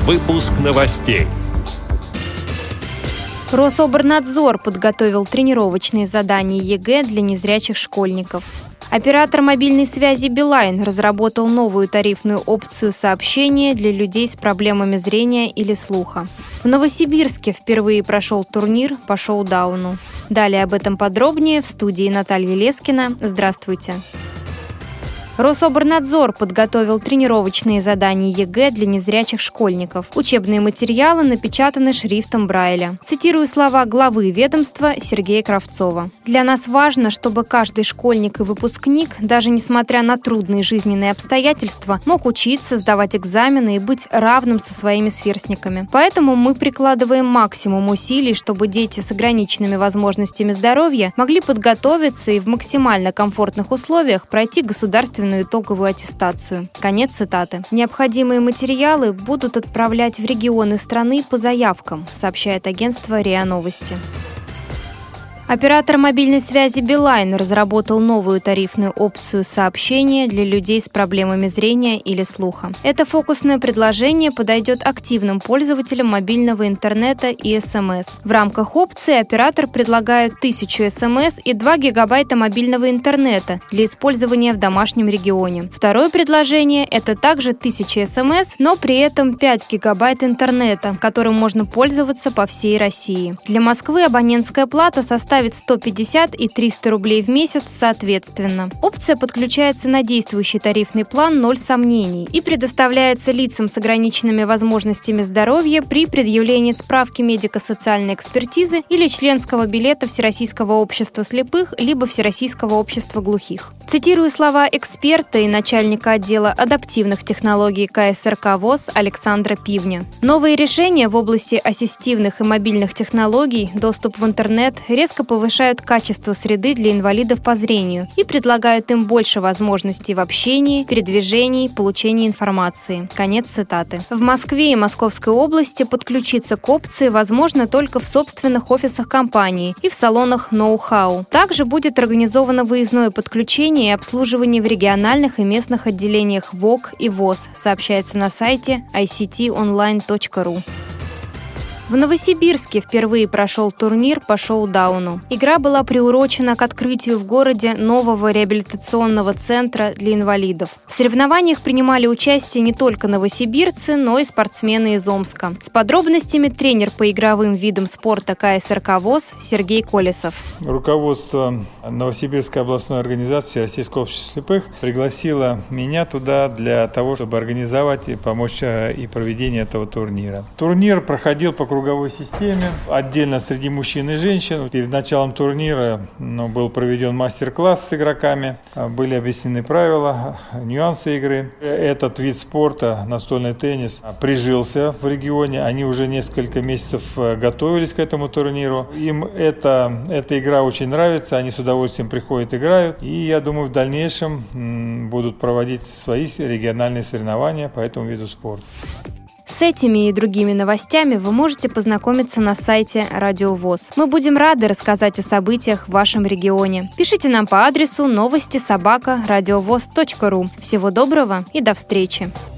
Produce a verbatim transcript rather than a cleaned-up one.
Выпуск новостей. Рособорнадзор подготовил тренировочные задания ЕГЭ для незрячих школьников. Оператор мобильной связи Билайн разработал новую тарифную опцию сообщения для людей с проблемами зрения или слуха. В Новосибирске впервые прошел турнир по шоу-дауну. Далее об этом подробнее в студии Наталья Лескина. Здравствуйте. Рособорнадзор подготовил тренировочные задания ЕГЭ для незрячих школьников. Учебные материалы напечатаны шрифтом Брайля. Цитирую слова главы ведомства Сергея Кравцова. «Для нас важно, чтобы каждый школьник и выпускник, даже несмотря на трудные жизненные обстоятельства, мог учиться, сдавать экзамены и быть равным со своими сверстниками. Поэтому мы прикладываем максимум усилий, чтобы дети с ограниченными возможностями здоровья могли подготовиться и в максимально комфортных условиях пройти государственную итоговую аттестацию». Конец цитаты. Необходимые материалы будут отправлять в регионы страны по заявкам, сообщает агентство РИА Новости. Оператор мобильной связи Билайн разработал новую тарифную опцию сообщения для людей с проблемами зрения или слуха. Это фокусное предложение подойдет активным пользователям мобильного интернета и СМС. В рамках опции оператор предлагает тысячу СМС и два гигабайта мобильного интернета для использования в домашнем регионе. Второе предложение – это также тысяча СМС, но при этом пять гигабайт интернета, которым можно пользоваться по всей России. Для Москвы абонентская плата составит сто пятьдесят и триста рублей в месяц соответственно. Опция подключается на действующий тарифный план «Ноль сомнений» и предоставляется лицам с ограниченными возможностями здоровья при предъявлении справки медико-социальной экспертизы или членского билета Всероссийского общества слепых либо Всероссийского общества глухих. Цитирую слова эксперта и начальника отдела адаптивных технологий КСРК ВОС Александра Пивня. Новые решения в области ассистивных и мобильных технологий, доступ в интернет резко повышают качество среды для инвалидов по зрению и предлагают им больше возможностей в общении, передвижении, получении информации. Конец цитаты. В Москве и Московской области подключиться к опции возможно только в собственных офисах компании и в салонах ноу-хау. Также будет организовано выездное подключение и обслуживание в региональных и местных отделениях ВОК и ВОС, сообщается на сайте ай си ти онлайн точка ру. В Новосибирске впервые прошел турнир по шоу-дауну. Игра была приурочена к открытию в городе нового реабилитационного центра для инвалидов. В соревнованиях принимали участие не только новосибирцы, но и спортсмены из Омска. С подробностями тренер по игровым видам спорта КСРК ВОС Сергей Колесов. Руководство Новосибирской областной организации Российского общества слепых пригласило меня туда для того, чтобы организовать и помочь и проведение этого турнира. Турнир проходил по круговой системе, отдельно среди мужчин и женщин. Перед началом турнира ну, был проведен мастер-класс с игроками, были объяснены правила, нюансы игры. Этот вид спорта, настольный теннис, прижился в регионе. Они уже несколько месяцев готовились к этому турниру. Им эта, эта игра очень нравится, они с удовольствием приходят, играют. И я думаю, в дальнейшем м, будут проводить свои региональные соревнования по этому виду спорта. С этими и другими новостями вы можете познакомиться на сайте Радио ВОС. Мы будем рады рассказать о событиях в вашем регионе. Пишите нам по адресу новости собака радиовоз точка ру. Всего доброго и до встречи!